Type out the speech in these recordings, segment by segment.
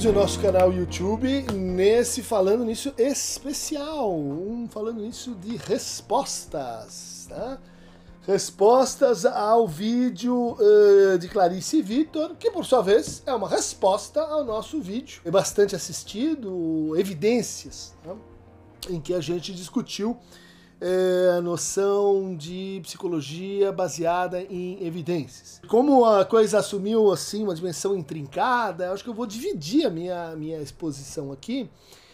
o nosso canal YouTube nesse Falando Nisso especial, Falando Nisso de respostas, tá? Respostas ao vídeo de Clarice e Vitor, que por sua vez é uma resposta ao nosso vídeo, é bastante assistido, Evidências, tá? Em que a gente discutiu a noção de psicologia baseada em evidências. Como a coisa assumiu assim uma dimensão intrincada, acho que eu vou dividir a minha exposição aqui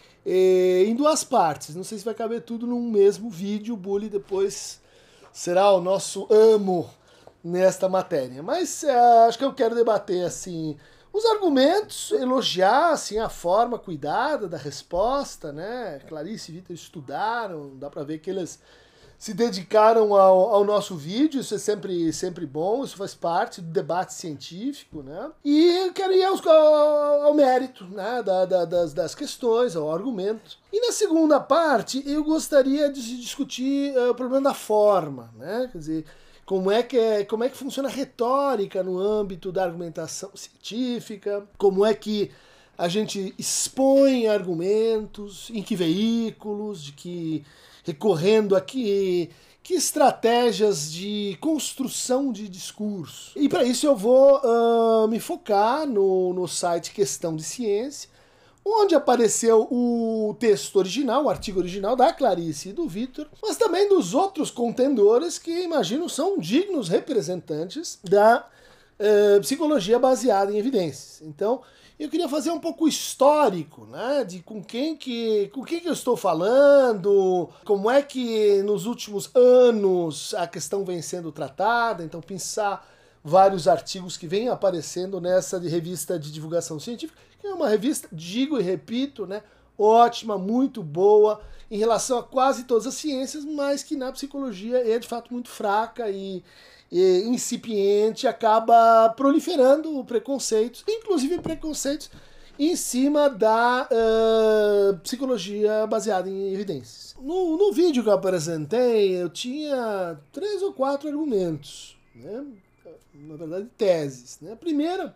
em duas partes. Não sei se vai caber tudo num mesmo vídeo, o Bully depois será o nosso amo nesta matéria. Mas acho que eu quero debater assim os argumentos, elogiar assim, a forma cuidada da resposta, né? Clarice e Vitor estudaram, dá para ver que eles se dedicaram ao nosso vídeo, isso é sempre bom, isso faz parte do debate científico, né? E eu quero ir ao mérito, né? das questões, ao argumento. E na segunda parte, eu gostaria de discutir o problema da forma, né? Quer dizer, como é que funciona a retórica no âmbito da argumentação científica, como é que a gente expõe argumentos, em que veículos, recorrendo a que estratégias de construção de discurso. E para isso eu vou me focar no site Questão de Ciência, onde apareceu o texto original, o artigo original da Clarice e do Vitor, mas também dos outros contendores que, imagino, são dignos representantes da psicologia baseada em evidências. Então, eu queria fazer um pouco histórico, né, de com quem que eu estou falando, como é que nos últimos anos a questão vem sendo tratada, então pensar vários artigos que vêm aparecendo nessa revista de divulgação científica, que é uma revista, digo e repito, né, ótima, muito boa, em relação a quase todas as ciências, mas que na psicologia é de fato muito fraca e incipiente, acaba proliferando preconceitos, inclusive preconceitos em cima da psicologia baseada em evidências. No vídeo que eu apresentei, eu tinha 3 ou 4 argumentos, né? Na verdade, teses, né? A primeira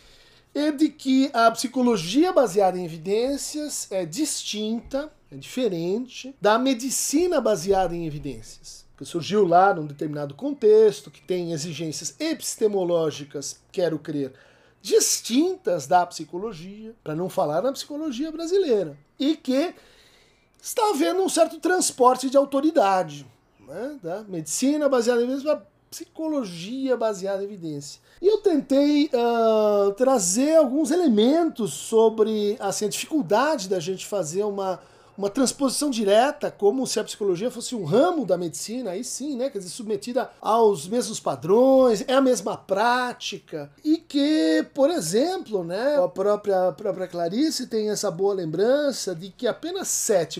é de que a psicologia baseada em evidências é distinta, é diferente da medicina baseada em evidências, que surgiu lá num determinado contexto, que tem exigências epistemológicas, quero crer, distintas da psicologia, para não falar na psicologia brasileira, e que está havendo um certo transporte de autoridade, né, da medicina baseada em evidências para psicologia baseada em evidência. E eu tentei trazer alguns elementos sobre assim, a dificuldade da gente fazer uma transposição direta, como se a psicologia fosse um ramo da medicina, aí sim, né, quer dizer, submetida aos mesmos padrões, é a mesma prática, e que, por exemplo, né, a própria Clarice tem essa boa lembrança de que apenas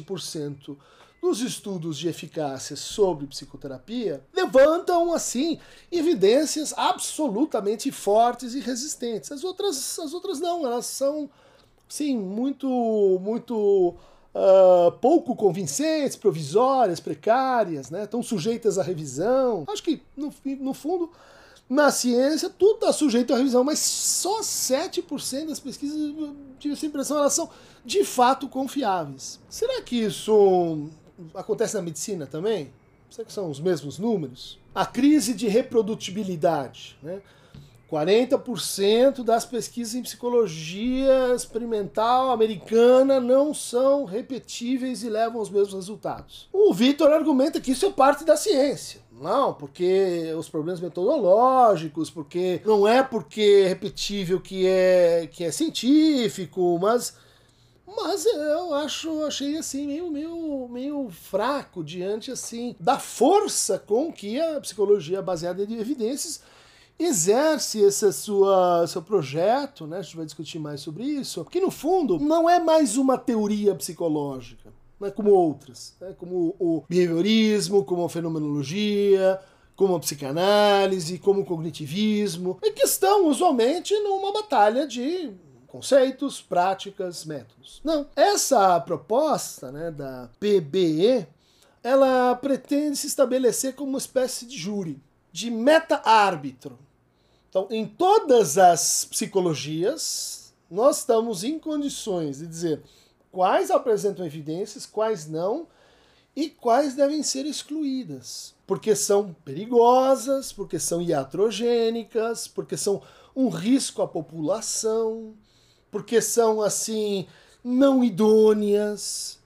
7% dos estudos de eficácia sobre psicoterapia levantam, assim, evidências absolutamente fortes e resistentes. As outras não, elas são, sim, muito pouco convincentes, provisórias, precárias, né? Estão sujeitas à revisão. Acho que, no fundo, na ciência, tudo está sujeito à revisão, mas só 7% das pesquisas, eu tive essa impressão, elas são de fato confiáveis. Será que isso acontece na medicina também? Será que são os mesmos números? A crise de reprodutibilidade, né? 40% das pesquisas em psicologia experimental americana não são repetíveis e levam os mesmos resultados. O Vitor argumenta que isso é parte da ciência. Não, porque os problemas metodológicos, porque não é porque é repetível que é científico, mas eu achei assim meio fraco diante assim da força com que a psicologia baseada em evidências exerce esse seu projeto, né? A gente vai discutir mais sobre isso, que no fundo não é mais uma teoria psicológica, né? Como outras, né? Como o behaviorismo, como a fenomenologia, como a psicanálise, como o cognitivismo, e que estão usualmente numa batalha de conceitos, práticas, métodos. Não, essa proposta, né, da PBE, ela pretende se estabelecer como uma espécie de júri, de meta-árbitro. Então, em todas as psicologias, nós estamos em condições de dizer quais apresentam evidências, quais não, e quais devem ser excluídas, porque são perigosas, porque são iatrogênicas, porque são um risco à população, porque são, assim, não idôneas,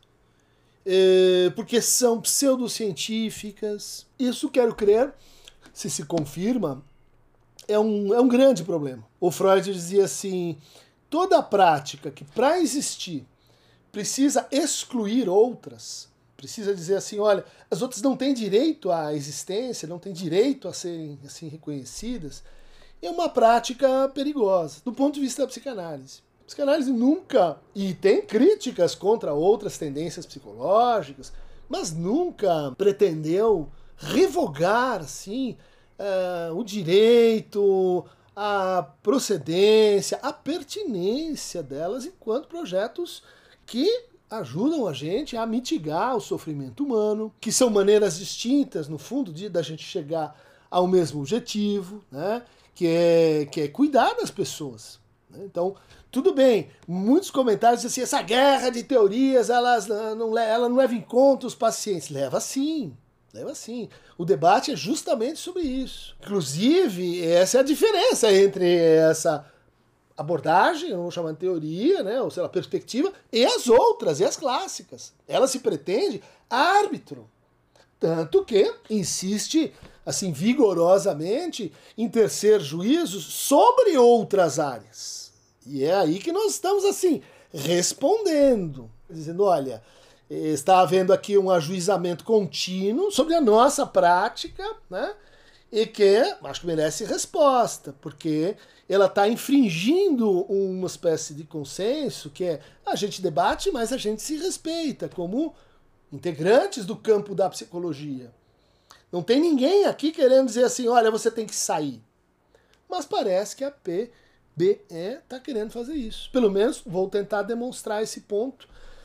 porque são pseudocientíficas. Isso, quero crer, se confirma, é um grande problema. O Freud dizia assim, toda prática que, para existir, precisa excluir outras, precisa dizer assim, olha, as outras não têm direito à existência, não têm direito a serem assim reconhecidas, é uma prática perigosa, do ponto de vista da psicanálise. A psicanálise nunca, e tem críticas contra outras tendências psicológicas, mas nunca pretendeu revogar, assim, o direito, a procedência, a pertinência delas enquanto projetos que ajudam a gente a mitigar o sofrimento humano, que são maneiras distintas, no fundo, da gente chegar ao mesmo objetivo, né? Que é cuidar das pessoas. Né? Então, tudo bem, muitos comentários dizem assim, essa guerra de teorias, ela não leva em conta os pacientes. Leva sim. Leva sim. O debate é justamente sobre isso. Inclusive, essa é a diferença entre essa abordagem, vamos chamar de teoria, né, ou sei lá, perspectiva, e as outras, e as clássicas. Ela se pretende árbitro. Tanto que insiste, assim, vigorosamente em tecer juízos sobre outras áreas. E é aí que nós estamos, assim, respondendo. Dizendo, olha, está havendo aqui um ajuizamento contínuo sobre a nossa prática, né? E que acho que merece resposta, porque ela está infringindo uma espécie de consenso que é a gente debate, mas a gente se respeita como integrantes do campo da psicologia. Não tem ninguém aqui querendo dizer assim, olha, você tem que sair. Mas parece que a PBE está querendo fazer isso. Pelo menos vou tentar demonstrar esse ponto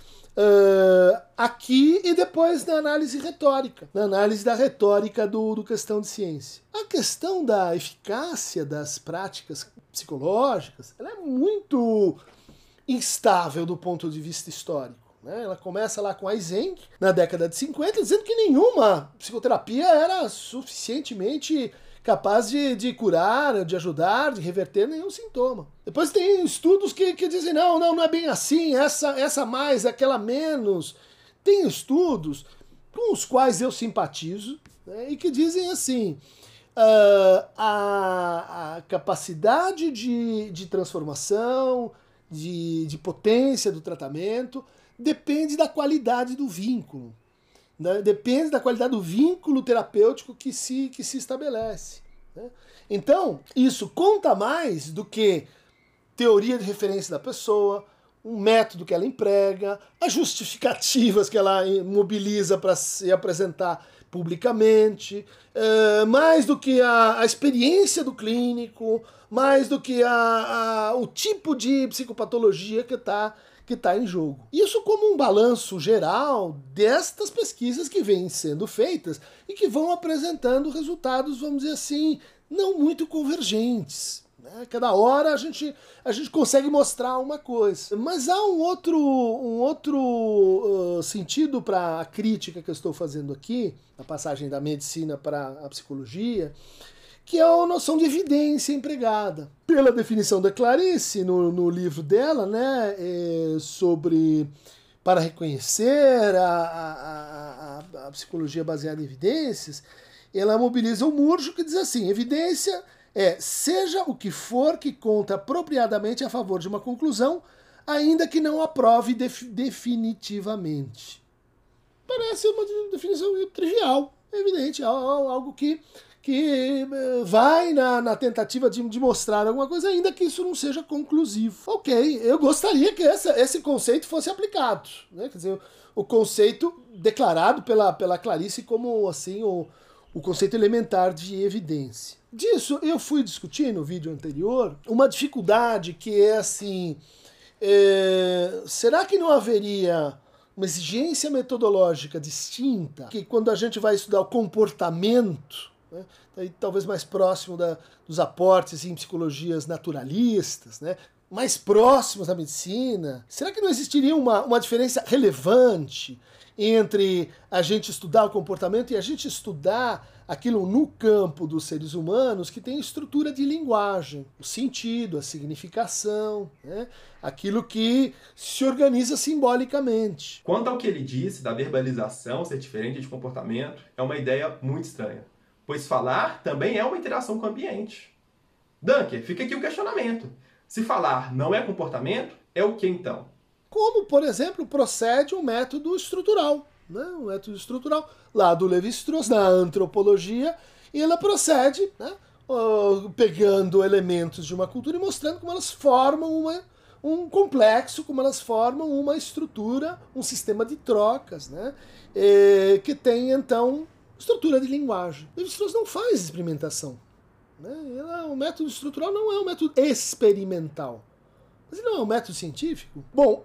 aqui e depois na análise retórica, na análise da retórica do Questão de Ciência. A questão da eficácia das práticas psicológicas, ela é muito instável do ponto de vista histórico. Né? Ela começa lá com Eysenck, na década de 50, dizendo que nenhuma psicoterapia era suficientemente capaz de curar, de ajudar, de reverter nenhum sintoma. Depois tem estudos que dizem, não é bem assim, essa mais, aquela menos. Tem estudos com os quais eu simpatizo, né, e que dizem assim, a capacidade de transformação, de potência do tratamento, depende da qualidade do vínculo. Né? Depende da qualidade do vínculo terapêutico que se estabelece. Né? Então, isso conta mais do que teoria de referência da pessoa, um método que ela emprega, as justificativas que ela mobiliza para se apresentar publicamente, mais do que a experiência do clínico, mais do que o tipo de psicopatologia que está em jogo. Isso como um balanço geral destas pesquisas que vêm sendo feitas e que vão apresentando resultados, vamos dizer assim, não muito convergentes. Né? Cada hora a gente consegue mostrar uma coisa. Mas há um outro sentido para a crítica que eu estou fazendo aqui, a passagem da medicina para a psicologia, que é a noção de evidência empregada. Pela definição da Clarice, no livro dela, né, sobre para reconhecer a psicologia baseada em evidências, ela mobiliza o Murcho, que diz assim, evidência seja o que for que conta apropriadamente a favor de uma conclusão, ainda que não aprove definitivamente. Parece uma definição trivial, evidente, algo que vai na tentativa de mostrar alguma coisa, ainda que isso não seja conclusivo. Ok, eu gostaria que esse conceito fosse aplicado. Né? Quer dizer, o conceito declarado pela Clarice como assim, o conceito elementar de evidência. Disso eu fui discutir no vídeo anterior uma dificuldade que é assim, será que não haveria uma exigência metodológica distinta, que quando a gente vai estudar o comportamento, né, talvez mais próximo dos aportes em psicologias naturalistas, né, mais próximos da medicina? Será que não existiria uma diferença relevante entre a gente estudar o comportamento e a gente estudar aquilo no campo dos seres humanos que tem estrutura de linguagem, o sentido, a significação, né? Aquilo que se organiza simbolicamente. Quanto ao que ele disse da verbalização ser diferente de comportamento, é uma ideia muito estranha, pois falar também é uma interação com o ambiente. Dunker, fica aqui o questionamento. Se falar não é comportamento, é o que então? Como, por exemplo, procede um método estrutural. Né? Um método estrutural lá do Lévi-Strauss, na antropologia, e ela procede, né, pegando elementos de uma cultura e mostrando como elas formam um complexo, como elas formam uma estrutura, um sistema de trocas, né, que tem, então, estrutura de linguagem. O Lévi-Strauss não faz experimentação. Né? O método estrutural não é um método experimental. Mas ele não é um método científico? Bom,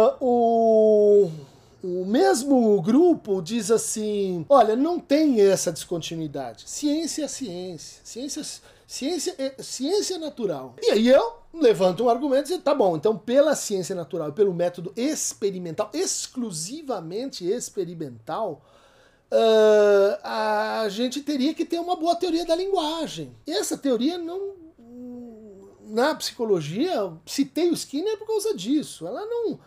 o mesmo grupo diz assim, olha, não tem essa descontinuidade. Ciência é ciência. Ciência é natural. E aí eu levanto um argumento e digo, tá bom, então pela ciência natural e pelo método experimental, exclusivamente experimental, a gente teria que ter uma boa teoria da linguagem. E essa teoria não... Na psicologia, citei o Skinner por causa disso. Ela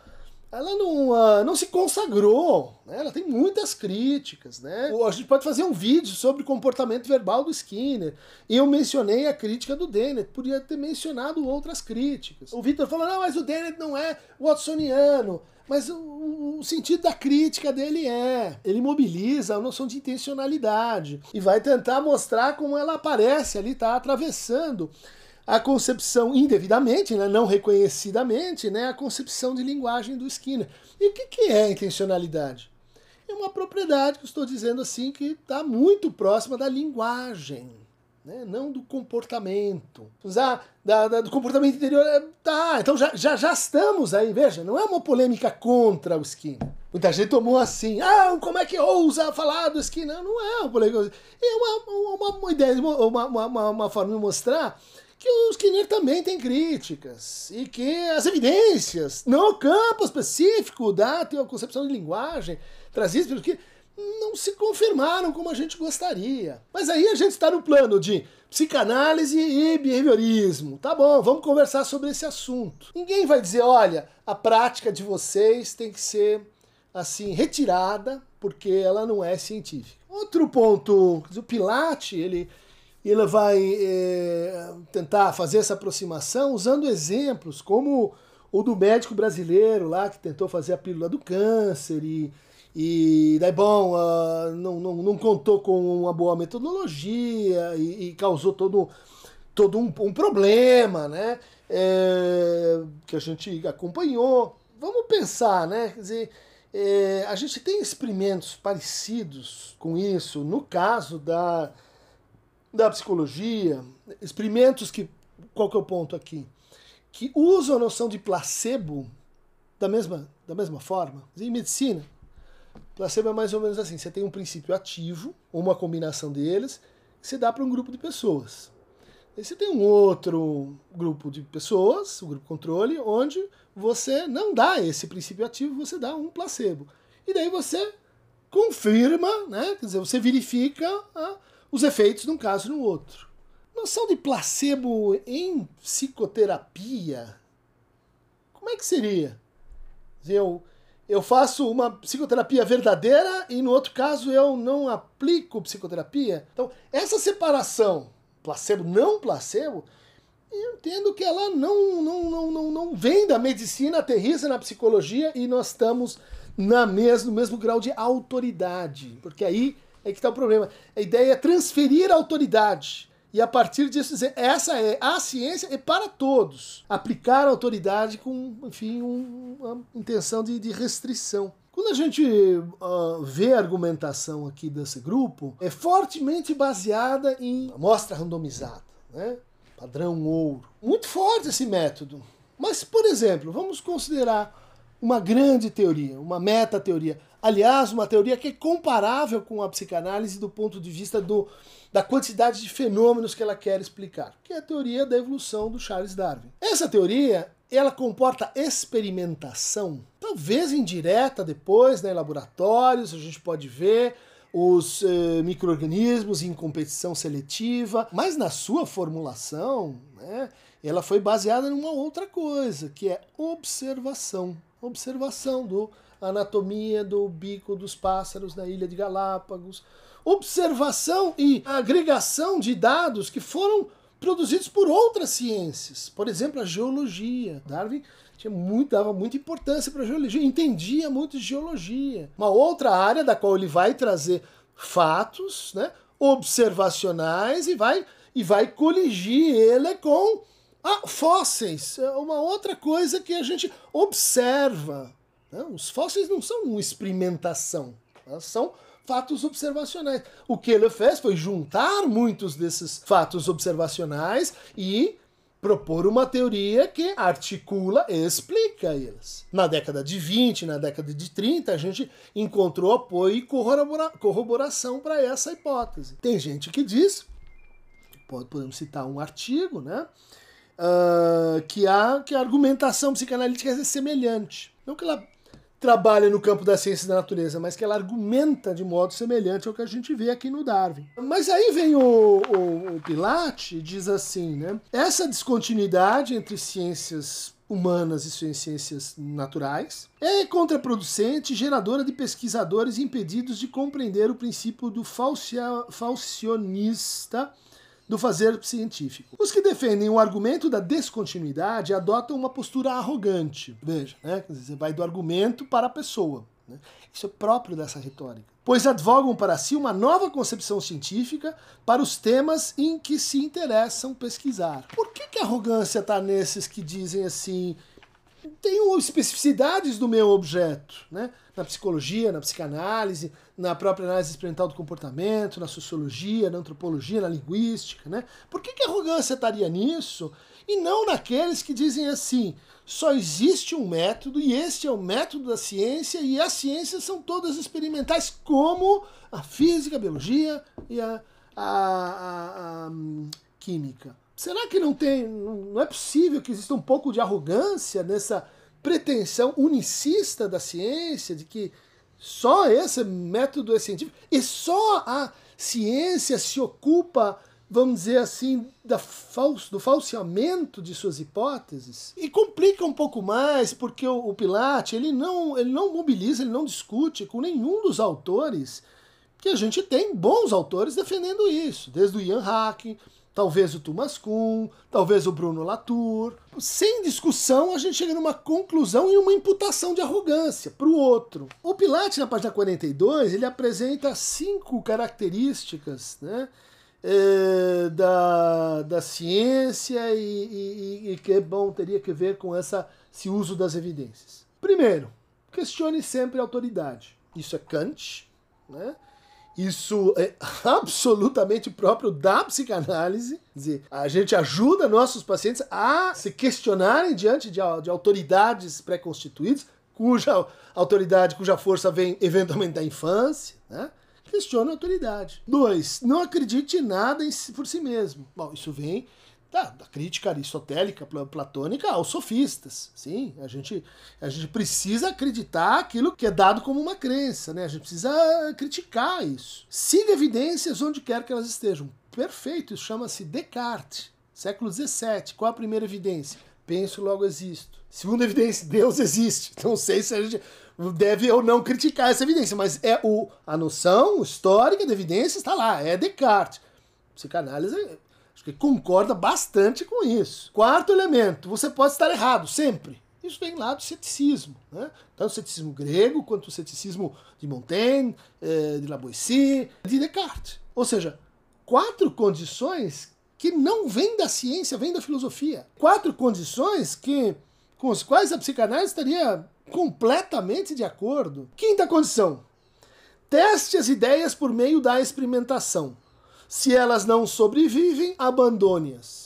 não se consagrou, né? Ela tem muitas críticas, né? A gente pode fazer um vídeo sobre comportamento verbal do Skinner. E eu mencionei a crítica do Dennett, podia ter mencionado outras críticas. O Victor falou, não, mas o Dennett não é watsoniano. Mas o sentido da crítica dele ele mobiliza a noção de intencionalidade e vai tentar mostrar como ela aparece ali, está atravessando a concepção indevidamente, né, não reconhecidamente, né, a concepção de linguagem do Skinner. E o que é a intencionalidade? É uma propriedade que eu estou dizendo assim que está muito próxima da linguagem, né, não do comportamento. Usar do comportamento interior, então já estamos aí, veja, não é uma polêmica contra o Skinner. Muita gente tomou assim, como é que ousa falar do Skinner? Não é uma polêmica, é uma ideia, uma forma de mostrar que o Skinner também tem críticas e que as evidências no campo específico da concepção de linguagem trazidas pelo Skinner não se confirmaram como a gente gostaria. Mas aí a gente está no plano de psicanálise e behaviorismo. Tá bom, vamos conversar sobre esse assunto. Ninguém vai dizer, olha, a prática de vocês tem que ser assim retirada porque ela não é científica. Outro ponto, o Pilate, ele vai tentar fazer essa aproximação usando exemplos como o do médico brasileiro lá que tentou fazer a pílula do câncer e daí, bom, não contou com uma boa metodologia e causou todo um problema, né, que a gente acompanhou. Vamos pensar, né, quer dizer, a gente tem experimentos parecidos com isso no caso da psicologia, experimentos que, qual que é o ponto aqui? Que usam a noção de placebo da mesma forma. Em medicina, placebo é mais ou menos assim, você tem um princípio ativo, ou uma combinação deles, que você dá para um grupo de pessoas. Aí você tem um outro grupo de pessoas, o grupo controle, onde você não dá esse princípio ativo, você dá um placebo. E daí você confirma, né? Quer dizer, você verifica os efeitos de um caso e no outro. Noção de placebo em psicoterapia, como é que seria? Eu faço uma psicoterapia verdadeira e no outro caso eu não aplico psicoterapia? Então, essa separação, placebo, não placebo, eu entendo que ela não vem da medicina, aterrissa na psicologia e nós estamos no mesmo grau de autoridade, porque aí é que está o problema. A ideia é transferir a autoridade. E a partir disso dizer, essa é a ciência e para todos. Aplicar a autoridade com, enfim, uma intenção de restrição. Quando a gente vê a argumentação aqui desse grupo, é fortemente baseada em amostra randomizada, né? Padrão ouro. Muito forte esse método. Mas, por exemplo, vamos considerar uma grande teoria, uma meta-teoria. Aliás, uma teoria que é comparável com a psicanálise do ponto de vista da quantidade de fenômenos que ela quer explicar, que é a teoria da evolução do Charles Darwin. Essa teoria ela comporta experimentação, talvez indireta depois, né, em laboratórios, a gente pode ver os micro-organismos em competição seletiva, mas na sua formulação, né, ela foi baseada numa outra coisa, que é observação. Observação da anatomia do bico dos pássaros na Ilha de Galápagos. Observação e agregação de dados que foram produzidos por outras ciências. Por exemplo, a geologia. Darwin dava muita importância para a geologia, entendia muito de geologia. Uma outra área da qual ele vai trazer fatos, né, observacionais e vai coligir ele com fósseis. É uma outra coisa que a gente observa. Né? Os fósseis não são uma experimentação, elas são fatos observacionais. O que ele fez foi juntar muitos desses fatos observacionais e propor uma teoria que articula e explica eles. Na década de 20, na década de 30, a gente encontrou apoio e corroboração para essa hipótese. Tem gente que diz, podemos citar um artigo, né, que a argumentação psicanalítica é semelhante. Não que ela trabalha no campo da ciência da natureza, mas que ela argumenta de modo semelhante ao que a gente vê aqui no Darwin. Mas aí vem o Pilate e diz assim, né? Essa descontinuidade entre ciências humanas e ciências naturais é contraproducente e geradora de pesquisadores impedidos de compreender o princípio do falsionista do fazer científico. Os que defendem o argumento da descontinuidade adotam uma postura arrogante. Veja, né? Quer dizer, você vai do argumento para a pessoa. Né? Isso é próprio dessa retórica. Pois advogam para si uma nova concepção científica para os temas em que se interessam pesquisar. Por que a arrogância está nesses que dizem assim, tenho especificidades do meu objeto, né? Na psicologia, na psicanálise, na própria análise experimental do comportamento, na sociologia, na antropologia, na linguística, né? Por que a arrogância estaria nisso e não naqueles que dizem assim, só existe um método e este é o método da ciência e as ciências são todas experimentais como a física, a biologia e a química? Será que não é possível que exista um pouco de arrogância nessa pretensão unicista da ciência, de que só esse método é científico e só a ciência se ocupa, vamos dizer assim, do falseamento de suas hipóteses? E complica um pouco mais, porque o Pilate ele não mobiliza, ele não discute com nenhum dos autores, que a gente tem bons autores defendendo isso, desde o Ian Hacking, talvez o Thomas Kuhn, talvez o Bruno Latour. Sem discussão, a gente chega numa conclusão e uma imputação de arrogância para o outro. O Pilate, na página 42, ele apresenta 5 características, né, da ciência e que, bom, teria que ver com esse uso das evidências. Primeiro, questione sempre a autoridade. Isso é Kant, né? Isso é absolutamente próprio da psicanálise. Quer dizer, a gente ajuda nossos pacientes a se questionarem diante de autoridades pré-constituídas, cuja força vem eventualmente da infância, né? Questione a autoridade. 2. Não acredite em nada por si mesmo. Bom, isso vem da crítica aristotélica, platônica aos sofistas. Sim, a gente precisa acreditar aquilo que é dado como uma crença, né? A gente precisa criticar isso. Siga evidências onde quer que elas estejam. Perfeito, isso chama-se Descartes, século XVII. Qual a primeira evidência? Penso, logo existo. Segunda evidência, Deus existe. Não sei se a gente deve ou não criticar essa evidência, mas a noção histórica da evidência está lá, é Descartes. Psicanálise acho que concorda bastante com isso. 4º elemento, você pode estar errado, sempre. Isso vem lá do ceticismo, né? Tanto o ceticismo grego, quanto o ceticismo de Montaigne, de Lavoisier, de Descartes. Ou seja, 4 condições que não vêm da ciência, vêm da filosofia. 4 condições com as quais a psicanálise estaria completamente de acordo. 5ª condição, teste as ideias por meio da experimentação. Se elas não sobrevivem, abandone-as.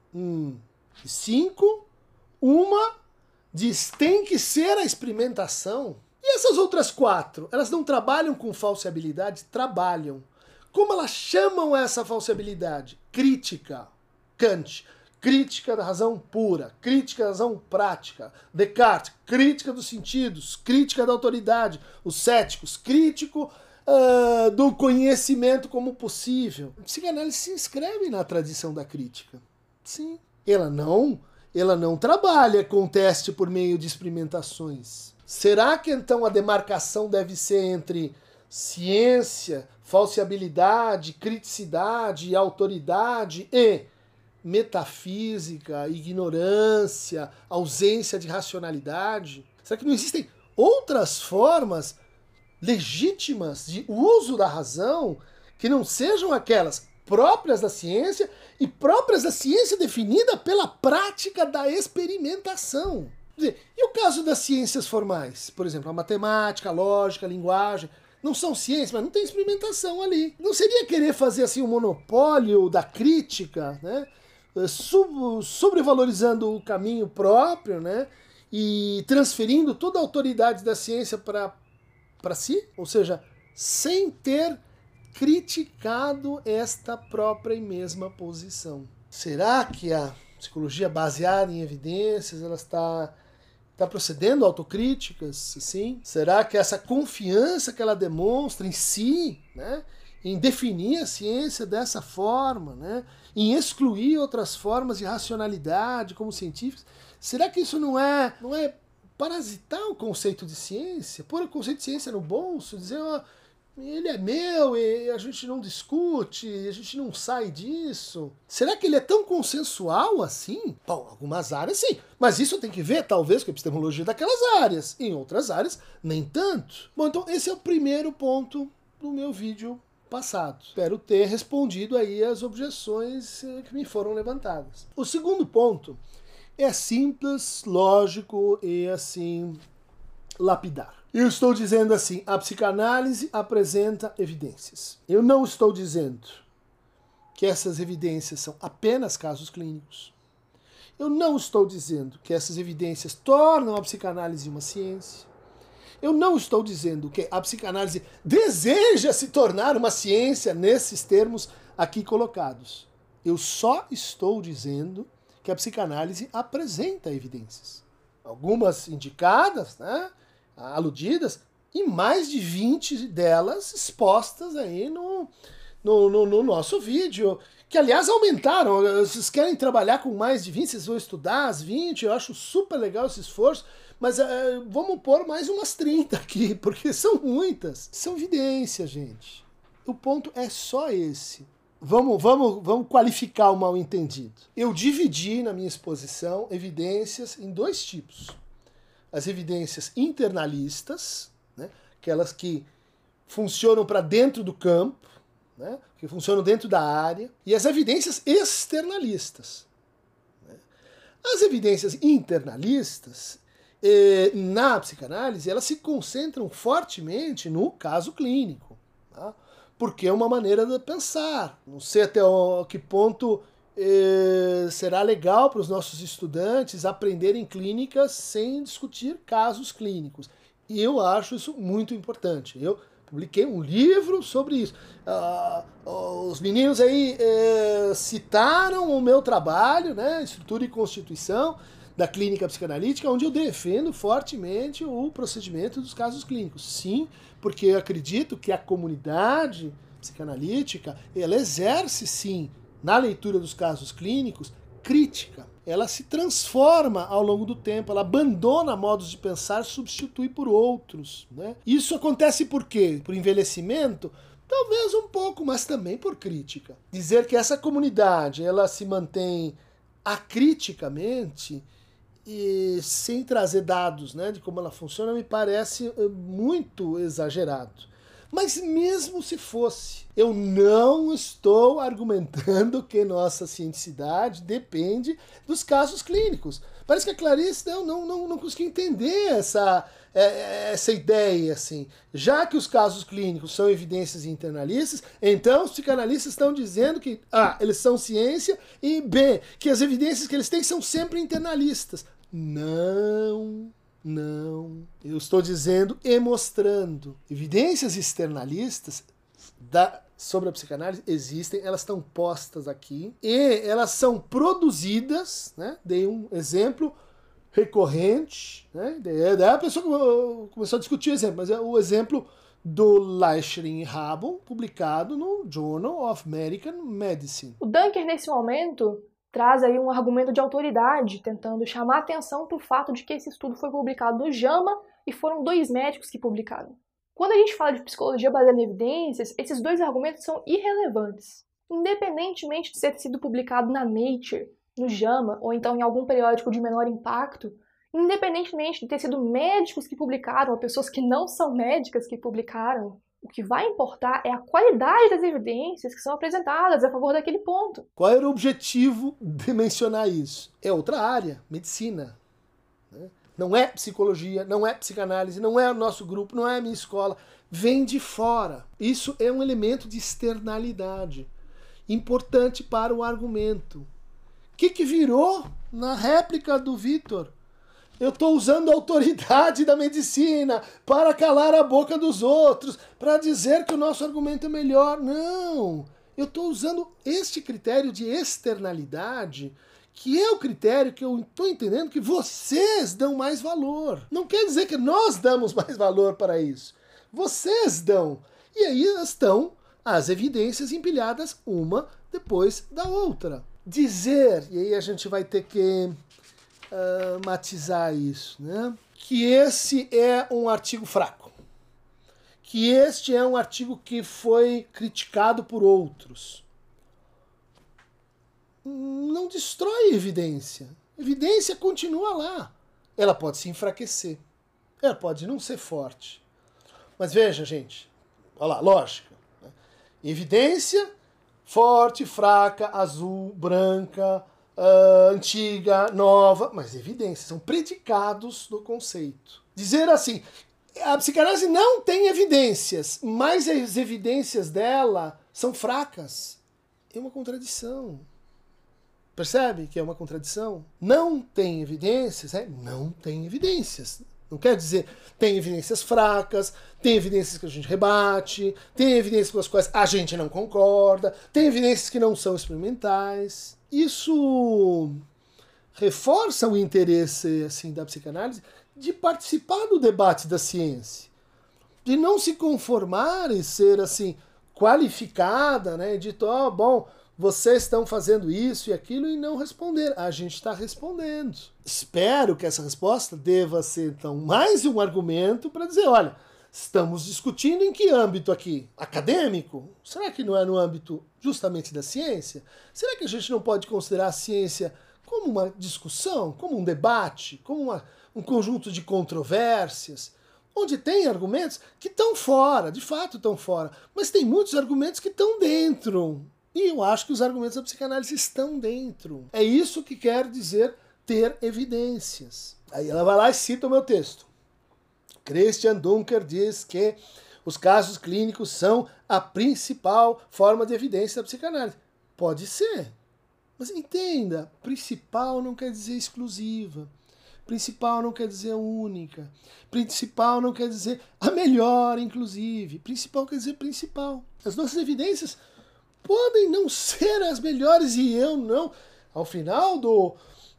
5, uma diz, tem que ser a experimentação. E essas outras 4, elas não trabalham com falseabilidade? Trabalham. Como elas chamam essa falseabilidade? Crítica. Kant. crítica da razão pura, crítica da razão prática. Descartes, crítica dos sentidos, crítica da autoridade. Os céticos, crítico do conhecimento como possível. A psicanálise se inscreve na tradição da crítica. Sim. Ela não trabalha com teste por meio de experimentações. Será que então a demarcação deve ser entre ciência, falseabilidade, criticidade, autoridade e metafísica, ignorância, ausência de racionalidade? Será que não existem outras formas legítimas de uso da razão que não sejam aquelas próprias da ciência e próprias da ciência definida pela prática da experimentação? Quer dizer, e o caso das ciências formais? Por exemplo, a matemática, a lógica, a linguagem. Não são ciências, mas não tem experimentação ali. Não seria querer fazer assim um monopólio da crítica, né? Sobrevalorizando o caminho próprio, né? E transferindo toda a autoridade da ciência para si? Ou seja, sem ter criticado esta própria e mesma posição. Será que a psicologia baseada em evidências ela está procedendo a autocríticas? Sim. Será que essa confiança que ela demonstra em si, né, em definir a ciência dessa forma, né, em excluir outras formas de racionalidade como científicas, será que isso não é parasitar o conceito de ciência? Pôr o conceito de ciência no bolso, dizer, ó, ele é meu e a gente não discute, a gente não sai disso. Será que ele é tão consensual assim? Bom, algumas áreas sim, mas isso tem que ver talvez com a epistemologia daquelas áreas. Em outras áreas, nem tanto. Bom, então esse é o primeiro ponto do meu vídeo passado. Espero ter respondido aí as objeções que me foram levantadas. O segundo ponto é simples, lógico e assim lapidar. Eu estou dizendo assim, a psicanálise apresenta evidências. Eu não estou dizendo que essas evidências são apenas casos clínicos. Eu não estou dizendo que essas evidências tornam a psicanálise uma ciência. Eu não estou dizendo que a psicanálise deseja se tornar uma ciência nesses termos aqui colocados. Eu só estou dizendo que a psicanálise apresenta evidências. Algumas indicadas, né? Aludidas, e mais de 20 delas expostas aí no nosso vídeo, que aliás aumentaram. Vocês querem trabalhar com mais de 20, vocês vão estudar as 20, eu acho super legal esse esforço, mas vamos pôr mais umas 30 aqui, porque são muitas. São evidências, gente. O ponto é só esse. Vamos qualificar o mal-entendido. Eu dividi na minha exposição evidências em dois tipos. As evidências internalistas, né, aquelas que funcionam para dentro do campo, né, que funcionam dentro da área, e as evidências externalistas. Né. As evidências internalistas, na psicanálise, elas se concentram fortemente no caso clínico, tá, porque é uma maneira de pensar. Não sei até que ponto será legal para os nossos estudantes aprenderem clínicas sem discutir casos clínicos. E eu acho isso muito importante. Eu publiquei um livro sobre isso. Os meninos aí citaram o meu trabalho, né, Estrutura e Constituição da Clínica Psicanalítica, onde eu defendo fortemente o procedimento dos casos clínicos. Sim, porque eu acredito que a comunidade psicanalítica, ela exerce, sim, na leitura dos casos clínicos, crítica. Ela se transforma ao longo do tempo, ela abandona modos de pensar, substitui por outros. Né? Isso acontece por quê? Por envelhecimento? Talvez um pouco, mas também por crítica. Dizer que essa comunidade ela se mantém acriticamente e sem trazer dados, né, de como ela funciona me parece muito exagerado. Mas mesmo se fosse, eu não estou argumentando que nossa cientificidade depende dos casos clínicos. Parece que a Clarice não conseguiu entender essa ideia. Assim. Já que os casos clínicos são evidências internalistas, então os psicanalistas estão dizendo que A, eles são ciência, e B, que as evidências que eles têm são sempre internalistas. Não. Eu estou dizendo e mostrando. Evidências externalistas sobre a psicanálise existem, elas estão postas aqui e elas são produzidas, né? Dei um exemplo recorrente, né? Daí a pessoa começou a discutir o exemplo, mas é o exemplo do Leichering e Rabon, publicado no Journal of American Medicine. O Dunker, nesse momento, traz aí um argumento de autoridade, tentando chamar a atenção para o fato de que esse estudo foi publicado no JAMA e foram 2 médicos que publicaram. Quando a gente fala de psicologia baseada em evidências, esses 2 argumentos são irrelevantes. Independentemente de ter sido publicado na Nature, no JAMA, ou então em algum periódico de menor impacto, independentemente de ter sido médicos que publicaram ou pessoas que não são médicas que publicaram, o que vai importar é a qualidade das evidências que são apresentadas a favor daquele ponto. Qual era o objetivo de mencionar isso? É outra área, medicina. Né? Não é psicologia, não é psicanálise, não é o nosso grupo, não é a minha escola. Vem de fora. Isso é um elemento de externalidade importante para o argumento. O que virou na réplica do Vitor? Eu estou usando a autoridade da medicina para calar a boca dos outros, para dizer que o nosso argumento é melhor. Não! Eu estou usando este critério de externalidade, que é o critério que eu estou entendendo que vocês dão mais valor. Não quer dizer que nós damos mais valor para isso. Vocês dão. E aí estão as evidências empilhadas uma depois da outra. Dizer, e aí a gente vai ter que matizar isso, né? Que esse é um artigo fraco. Que este é um artigo que foi criticado por outros. Não destrói evidência. Evidência continua lá. Ela pode se enfraquecer. Ela pode não ser forte. Mas veja, gente. Olha lá, lógica. Né? Evidência forte, fraca, azul, branca, antiga, nova, mas evidências, são predicados do conceito. Dizer assim, a psicanálise não tem evidências, mas as evidências dela são fracas. É uma contradição. Percebe que é uma contradição? Não tem evidências, não tem evidências. Não quer dizer tem evidências fracas, tem evidências que a gente rebate, tem evidências com as quais a gente não concorda, tem evidências que não são experimentais. Isso reforça o interesse assim, da psicanálise de participar do debate da ciência, de não se conformar e ser assim qualificada, né, de bom, vocês estão fazendo isso e aquilo e não responder. A gente está respondendo. Espero que essa resposta deva ser, então, mais um argumento para dizer, olha, estamos discutindo em que âmbito aqui? Acadêmico? Será que não é no âmbito justamente da ciência? Será que a gente não pode considerar a ciência como uma discussão, como um debate, como um conjunto de controvérsias, onde tem argumentos que estão fora, de fato estão fora, mas tem muitos argumentos que estão dentro. E eu acho que os argumentos da psicanálise estão dentro. É isso que quer dizer ter evidências. Aí ela vai lá e cita o meu texto. Christian Dunker diz que os casos clínicos são a principal forma de evidência da psicanálise. Pode ser. Mas entenda, principal não quer dizer exclusiva. Principal não quer dizer única. Principal não quer dizer a melhor, inclusive. Principal quer dizer principal. As nossas evidências podem não ser as melhores e eu não. Ao final do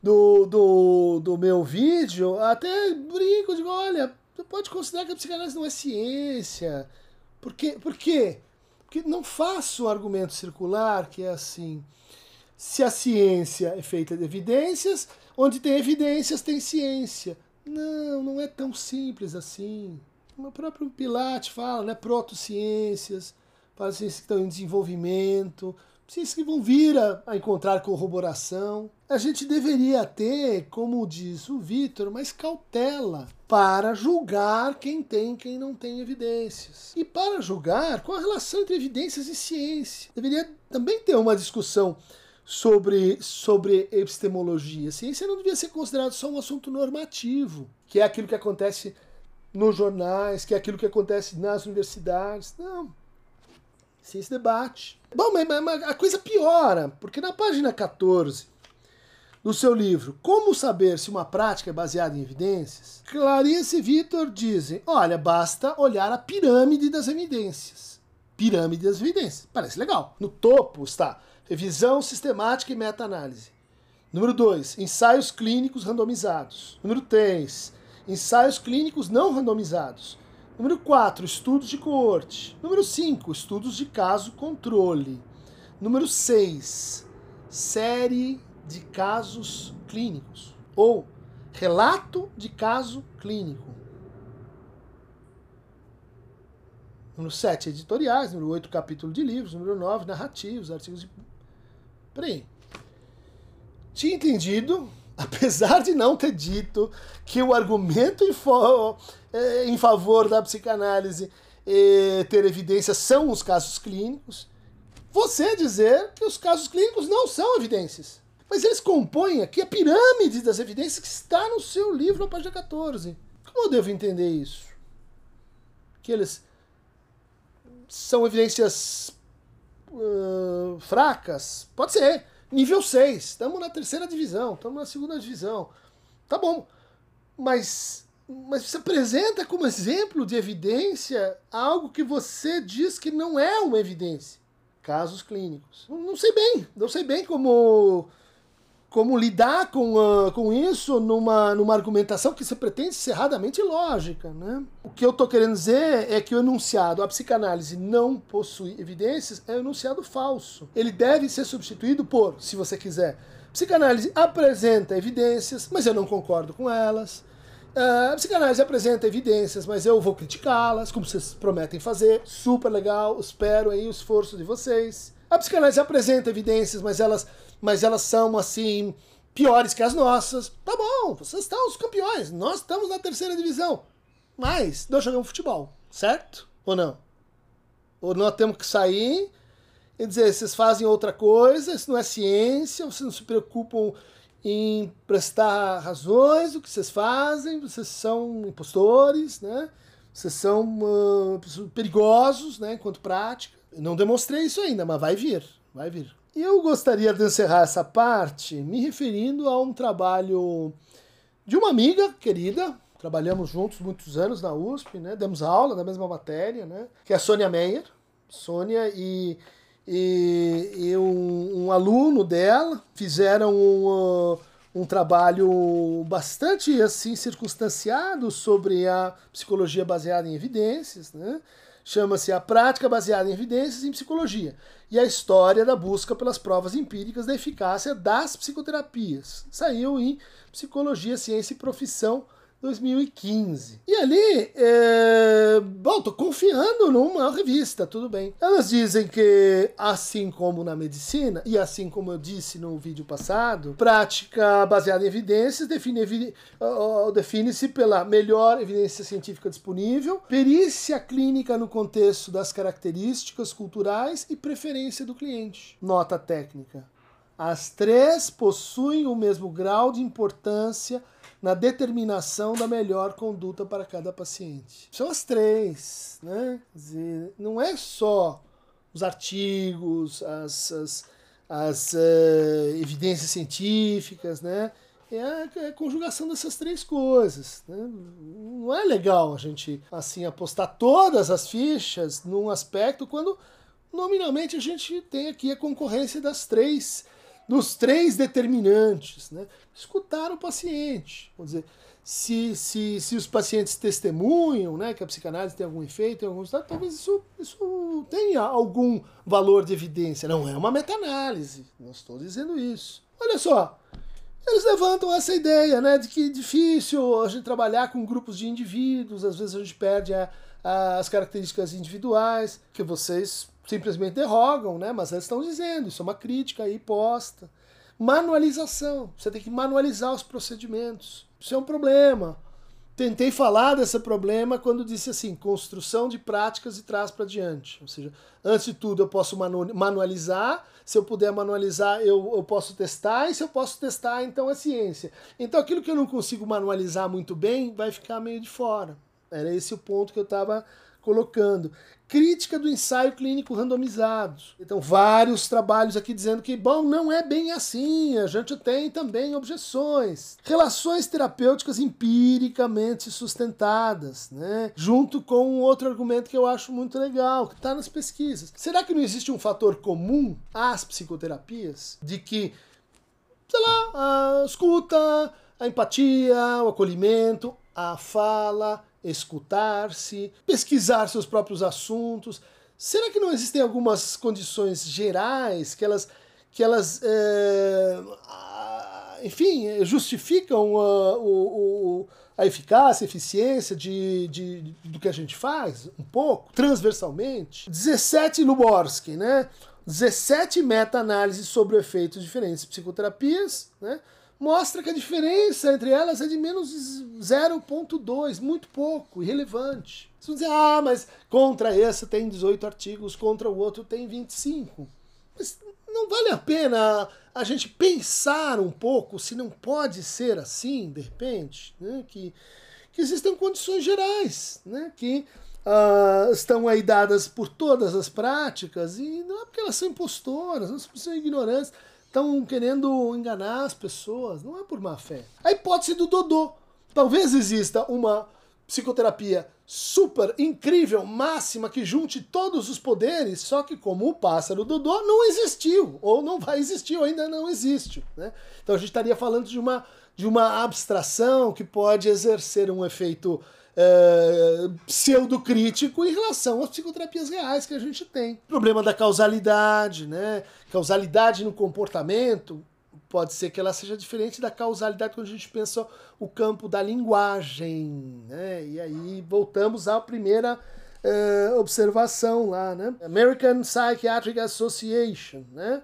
meu vídeo, até brinco, digo, olha, você pode considerar que a psicanálise não é ciência. Por quê? Porque não faço um argumento circular que é assim, se a ciência é feita de evidências, onde tem evidências tem ciência. Não é tão simples assim. O próprio Pilates fala, né, protociências, para ciências que estão em desenvolvimento, ciências que vão vir a encontrar corroboração. A gente deveria ter, como diz o Vitor, mais cautela para julgar quem tem e quem não tem evidências. E para julgar, qual a relação entre evidências e ciência? Deveria também ter uma discussão sobre epistemologia. A ciência não devia ser considerada só um assunto normativo, que é aquilo que acontece nos jornais, que é aquilo que acontece nas universidades. Não. Ciência debate. Bom, mas a coisa piora, porque na página 14 do seu livro, Como Saber se uma Prática é Baseada em Evidências, Clarice e Vitor dizem, olha, basta olhar a pirâmide das evidências. pirâmide das evidências. Parece legal. No topo está revisão sistemática e meta-análise. Número 2, ensaios clínicos randomizados. Número 3, ensaios clínicos não randomizados. Número 4, estudos de coorte. Número 5, estudos de caso controle. Número 6, série de casos clínicos. Ou relato de caso clínico. Número 7, editoriais. Número 8, capítulo de livros. Número 9, narrativos, artigos de... Peraí. Tinha entendido, apesar de não ter dito que o argumento em favor da psicanálise ter evidências são os casos clínicos, você dizer que os casos clínicos não são evidências. Mas eles compõem aqui a pirâmide das evidências que está no seu livro, na página 14. Como eu devo entender isso? Que eles são evidências fracas? Pode ser. Nível 6, estamos na 3ª divisão, estamos na 2ª divisão. Tá bom, mas você apresenta como exemplo de evidência algo que você diz que não é uma evidência. Casos clínicos. Não sei bem como lidar com isso numa argumentação que você pretende ser erradamente lógica, né? O que eu estou querendo dizer é que o enunciado, a psicanálise não possui evidências, é um enunciado falso. Ele deve ser substituído por, se você quiser, psicanálise apresenta evidências, mas eu não concordo com elas. A psicanálise apresenta evidências, mas eu vou criticá-las, como vocês prometem fazer. Super legal, espero aí o esforço de vocês. A psicanálise apresenta evidências, mas elas são, assim, piores que as nossas. Tá bom, vocês estão os campeões, nós estamos na 3ª divisão. Mas nós jogamos futebol, certo? Ou não? Ou nós temos que sair e dizer, vocês fazem outra coisa, isso não é ciência, vocês não se preocupam em prestar razões do que vocês fazem, vocês são impostores, né? Vocês são perigosos, né, enquanto prática. Eu não demonstrei isso ainda, mas vai vir. E eu gostaria de encerrar essa parte me referindo a um trabalho de uma amiga querida, trabalhamos juntos muitos anos na USP, né? Demos aula na mesma matéria, né? Que é a Sônia Meyer. Sônia e um aluno dela fizeram um trabalho bastante assim circunstanciado sobre a psicologia baseada em evidências, né? Chama-se A Prática Baseada em Evidências em Psicologia e a História da Busca pelas Provas Empíricas da Eficácia das Psicoterapias. Saiu em Psicologia, Ciência e Profissão, 2015. E ali, tô confiando numa revista, tudo bem. Elas dizem que, assim como na medicina, e assim como eu disse no vídeo passado, prática baseada em evidências define-se pela melhor evidência científica disponível, perícia clínica no contexto das características culturais e preferência do cliente. Nota técnica. As 3 possuem o mesmo grau de importância na determinação da melhor conduta para cada paciente. São as 3, né? Quer dizer, não é só os artigos, as evidências científicas, né? É a conjugação dessas 3 coisas, né? Não é legal a gente assim apostar todas as fichas num aspecto quando nominalmente a gente tem aqui a concorrência dos 3 determinantes, né? Escutar o paciente. Vamos dizer, se os pacientes testemunham, né, que a psicanálise tem algum efeito, tem algum resultado, talvez isso tenha algum valor de evidência. Não é uma meta-análise, não estou dizendo isso. Olha só, eles levantam essa ideia, né, de que é difícil a gente trabalhar com grupos de indivíduos, às vezes a gente perde as características individuais, que vocês simplesmente derrogam, né? Mas eles estão dizendo, isso é uma crítica aí posta. Manualização, você tem que manualizar os procedimentos. Isso é um problema. Tentei falar desse problema quando disse assim, construção de práticas e traz para diante. Ou seja, antes de tudo eu posso manualizar, se eu puder manualizar eu posso testar, e se eu posso testar, então é ciência. Então aquilo que eu não consigo manualizar muito bem vai ficar meio de fora. Era esse o ponto que eu estava colocando. Crítica do ensaio clínico randomizado. Então, vários trabalhos aqui dizendo que, bom, não é bem assim, a gente tem também objeções. Relações terapêuticas empiricamente sustentadas, né? Junto com um outro argumento que eu acho muito legal, que está nas pesquisas. Será que não existe um fator comum às psicoterapias? De que, sei lá, a escuta, a empatia, o acolhimento, a fala, escutar-se, pesquisar seus próprios assuntos. Será que não existem algumas condições gerais que elas enfim, justificam a eficácia, a eficiência do que a gente faz, um pouco, transversalmente? 17 Luborsky, né? 17 meta-análises sobre efeitos diferentes de psicoterapias, né? Mostra que a diferença entre elas é de menos 0,2, muito pouco, irrelevante. Vocês vão dizer, mas contra essa tem 18 artigos, contra o outro tem 25. Mas não vale a pena a gente pensar um pouco se não pode ser assim, de repente, né? Que existem condições gerais, né? Que estão aí dadas por todas as práticas, e não é porque elas são impostoras, não são ignorantes, estão querendo enganar as pessoas, não é por má fé. A hipótese do Dodô. Talvez exista uma psicoterapia super incrível, máxima, que junte todos os poderes, só que como o pássaro Dodô não existiu, ou não vai existir, ou ainda não existe, né? Então a gente estaria falando de uma abstração que pode exercer um efeito pseudocrítico em relação às psicoterapias reais que a gente tem. O problema da causalidade, né? Causalidade no comportamento, pode ser que ela seja diferente da causalidade quando a gente pensa o campo da linguagem, né? E aí voltamos à primeira observação lá, né? American Psychiatric Association, né?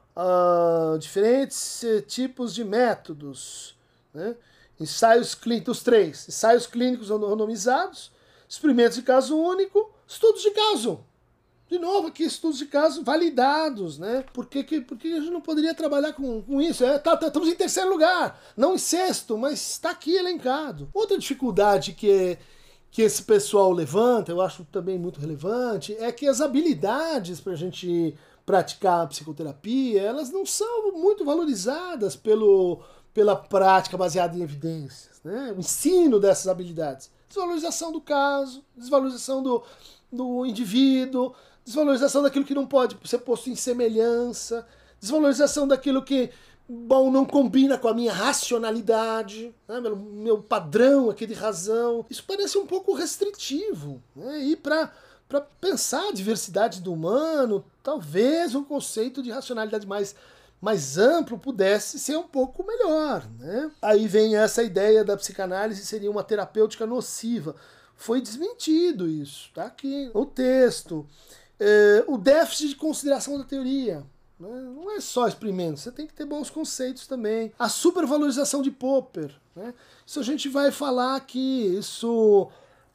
Diferentes tipos de métodos, né? Ensaios clínicos, os 3. Ensaios clínicos randomizados, experimentos de caso único, estudos de caso. De novo, aqui, estudos de caso validados, né? Por que a gente não poderia trabalhar com isso? Estamos em terceiro lugar, não em sexto, mas está aqui elencado. Outra dificuldade que esse pessoal levanta, eu acho também muito relevante, é que as habilidades para a gente praticar a psicoterapia, elas não são muito valorizadas pela prática baseada em evidências, né? O ensino dessas habilidades. Desvalorização do caso, desvalorização do indivíduo, desvalorização daquilo que não pode ser posto em semelhança, desvalorização daquilo que, bom, não combina com a minha racionalidade, né? Meu padrão aqui de razão. Isso parece um pouco restritivo, né? E para pensar a diversidade do humano, talvez um conceito de racionalidade mais amplo pudesse ser um pouco melhor, né? Aí vem essa ideia da psicanálise seria uma terapêutica nociva. Foi desmentido isso, tá aqui o texto. O déficit de consideração da teoria, né? Não é só experimento, você tem que ter bons conceitos também. A supervalorização de Popper, né? Isso a gente vai falar aqui, isso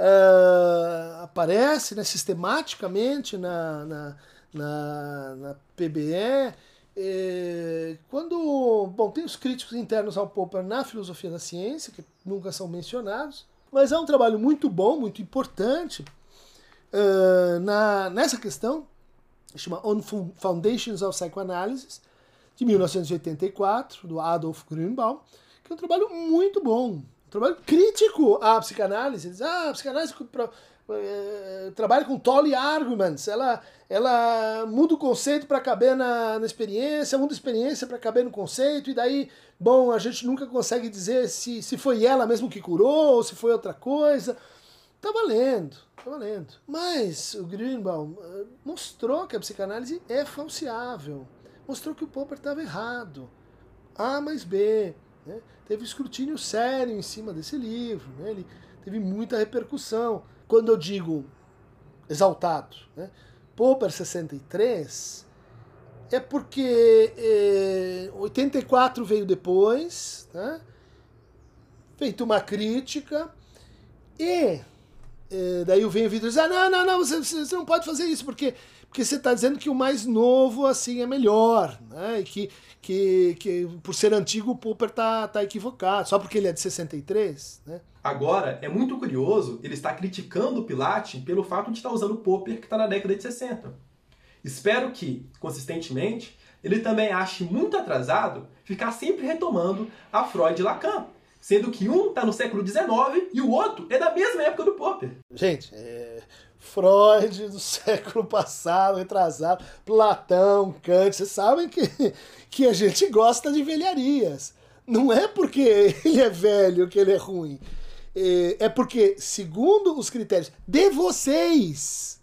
aparece, né, sistematicamente na PBE, quando, bom, tem os críticos internos ao Popper na filosofia da ciência, que nunca são mencionados, mas é um trabalho muito bom, muito importante nessa questão, chama On Foundations of Psychoanalysis, de 1984, do Adolf Grünbaum, que é um trabalho muito bom, um trabalho crítico à psicanálise. Diz, a psicanálise trabalha com Tolle arguments, ela muda o conceito para caber na experiência, muda a experiência para caber no conceito, e daí, bom, a gente nunca consegue dizer se foi ela mesmo que curou, ou se foi outra coisa. Tá valendo. Mas o Grünbaum mostrou que a psicanálise é falseável, mostrou que o Popper estava errado. A mais B, né? Teve escrutínio sério em cima desse livro, né? Ele teve muita repercussão. Quando eu digo exaltado, né? Popper 63, é porque 84 veio depois, né? Feito uma crítica, e daí o Vitor diz, não, você não pode fazer isso, porque porque você está dizendo que o mais novo assim é melhor, né? E que por ser antigo o Popper tá equivocado, só porque ele é de 63, né? Agora, é muito curioso ele estar criticando o Pilates pelo fato de estar usando o Popper que está na década de 60. Espero que, consistentemente, ele também ache muito atrasado ficar sempre retomando a Freud e Lacan, sendo que um está no século XIX e o outro é da mesma época do Popper. Gente, Freud do século passado, retrasado, Platão, Kant, vocês sabem que a gente gosta de velharias. Não é porque ele é velho que ele é ruim. É porque, segundo os critérios de vocês,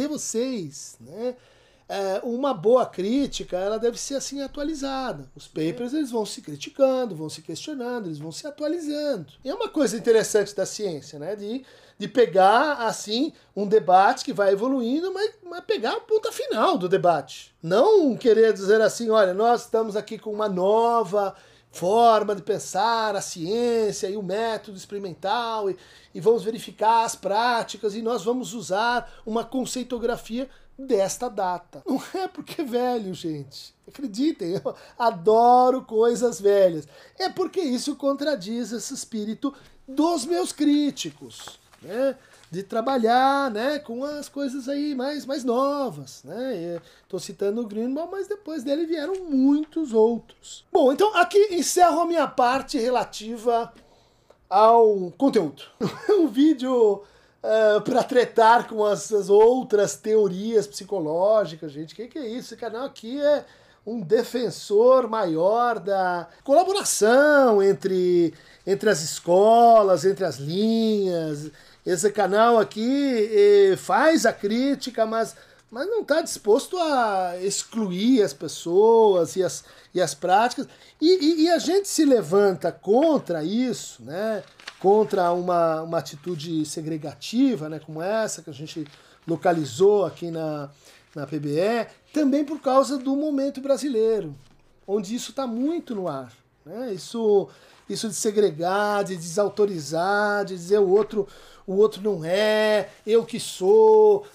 né? Uma boa crítica, ela deve ser assim atualizada. Os papers, eles vão se criticando, vão se questionando, eles vão se atualizando. E é uma coisa interessante da ciência, né? De pegar, assim, um debate que vai evoluindo, mas pegar a ponta final do debate. Não querer dizer assim, olha, nós estamos aqui com uma nova forma de pensar a ciência e o método experimental e vamos verificar as práticas e nós vamos usar uma conceitografia desta data. Não é porque é velho, gente. Acreditem, eu adoro coisas velhas. É porque isso contradiz esse espírito dos meus críticos, né? De trabalhar, né, com as coisas aí mais novas, né? Estou citando o Greenbaum, mas depois dele vieram muitos outros. Bom, então aqui encerro a minha parte relativa ao conteúdo. O vídeo para tretar com as outras teorias psicológicas, gente. Que é isso? Esse canal aqui é um defensor maior da colaboração entre as escolas, entre as linhas. Esse canal aqui faz a crítica, mas não está disposto a excluir as pessoas e as práticas. E a gente se levanta contra isso, né? Contra uma atitude segregativa, né? Como essa que a gente localizou aqui na PBE, também por causa do momento brasileiro, onde isso está muito no ar, né? Isso de segregar, de desautorizar, de dizer o outro não é, eu que sou,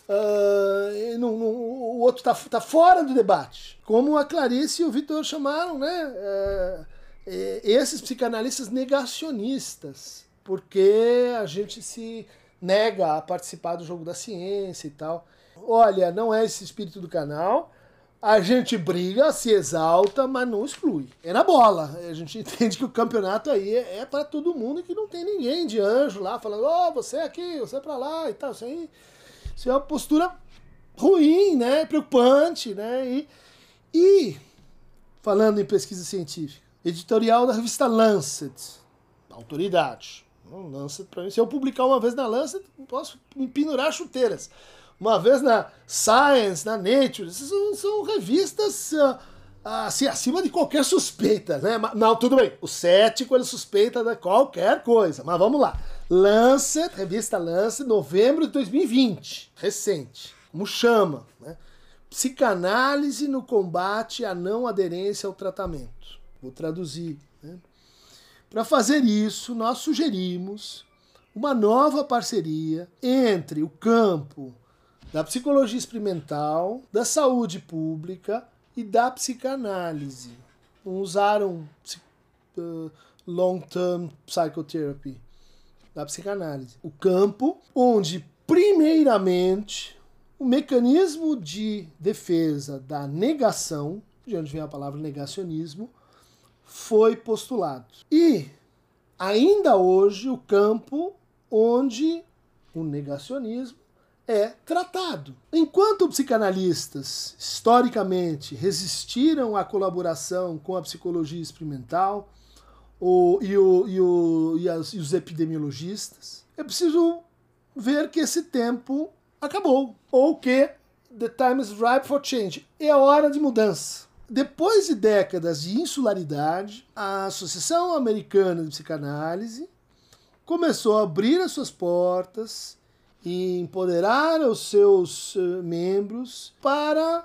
o outro tá fora do debate. Como a Clarice e o Vitor chamaram, né? Esses psicanalistas negacionistas, porque a gente se nega a participar do jogo da ciência e tal. Olha, não é esse espírito do canal. A gente briga, se exalta, mas não exclui. É na bola. A gente entende que o campeonato aí é para todo mundo e que não tem ninguém de anjo lá falando, você aqui, você pra lá e tal. Isso é uma postura ruim, né? Preocupante, né? E falando em pesquisa científica, editorial da revista Lancet, autoridade. Lancet, pra mim, se eu publicar uma vez na Lancet, posso me pendurar chuteiras. Uma vez na Science, na Nature, essas são revistas assim, acima de qualquer suspeita, né? Não, tudo bem, o cético ele suspeita de qualquer coisa, mas vamos lá. Lancet, revista Lancet, novembro de 2020, recente. Como chama, né? Psicanálise no combate à não aderência ao tratamento. Vou traduzir, né? Para fazer isso, nós sugerimos uma nova parceria entre o campo da psicologia experimental, da saúde pública e da psicanálise. Não usaram long-term psychotherapy, da psicanálise. O campo onde, primeiramente, o mecanismo de defesa da negação, de onde vem a palavra negacionismo, foi postulado. E, ainda hoje, o campo onde o negacionismo é tratado. Enquanto psicanalistas, historicamente, resistiram à colaboração com a psicologia experimental e os epidemiologistas, é preciso ver que esse tempo acabou. Ou que the time is ripe for change. É a hora de mudança. Depois de décadas de insularidade, a Associação Americana de Psicanálise começou a abrir as suas portas e empoderar os seus membros para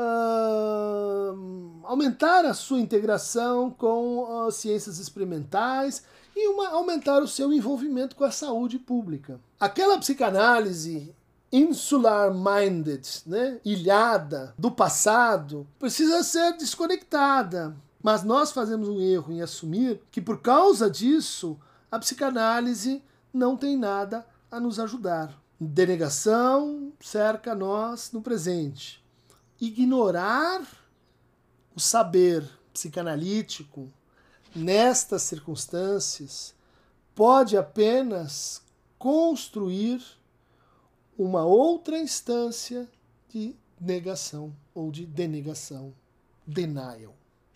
aumentar a sua integração com as ciências experimentais e aumentar o seu envolvimento com a saúde pública. Aquela psicanálise insular-minded, né? Ilhada do passado, precisa ser desconectada. Mas nós fazemos um erro em assumir que por causa disso a psicanálise não tem nada a nos ajudar. Denegação cerca nós no presente. Ignorar o saber psicanalítico nestas circunstâncias pode apenas construir uma outra instância de negação ou de denegação, denial.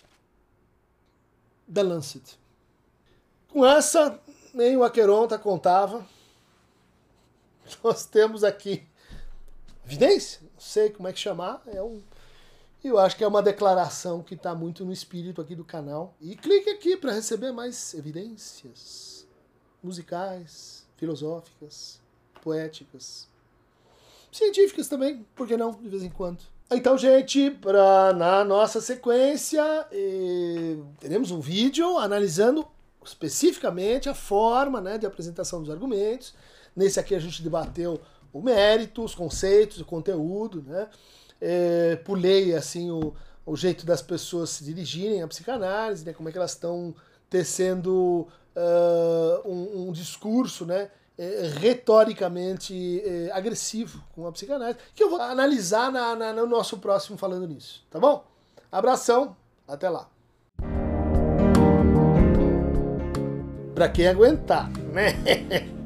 The Lancet. Com essa, nem o Aqueronta contava. Nós temos aqui evidência, não sei como é que chamar, eu acho que é uma declaração que está muito no espírito aqui do canal. E clique aqui para receber mais evidências musicais, filosóficas, poéticas, científicas também, por que não, de vez em quando. Então, gente, na nossa sequência, teremos um vídeo analisando especificamente a forma, né, de apresentação dos argumentos. Nesse aqui a gente debateu o mérito, os conceitos, o conteúdo, né? Pulei assim o jeito das pessoas se dirigirem à psicanálise, né? Como é que elas estão tecendo um discurso, né? Retoricamente agressivo com a psicanálise, que eu vou analisar no nosso próximo Falando Nisso, tá bom? Abração, até lá. Pra quem aguentar, né?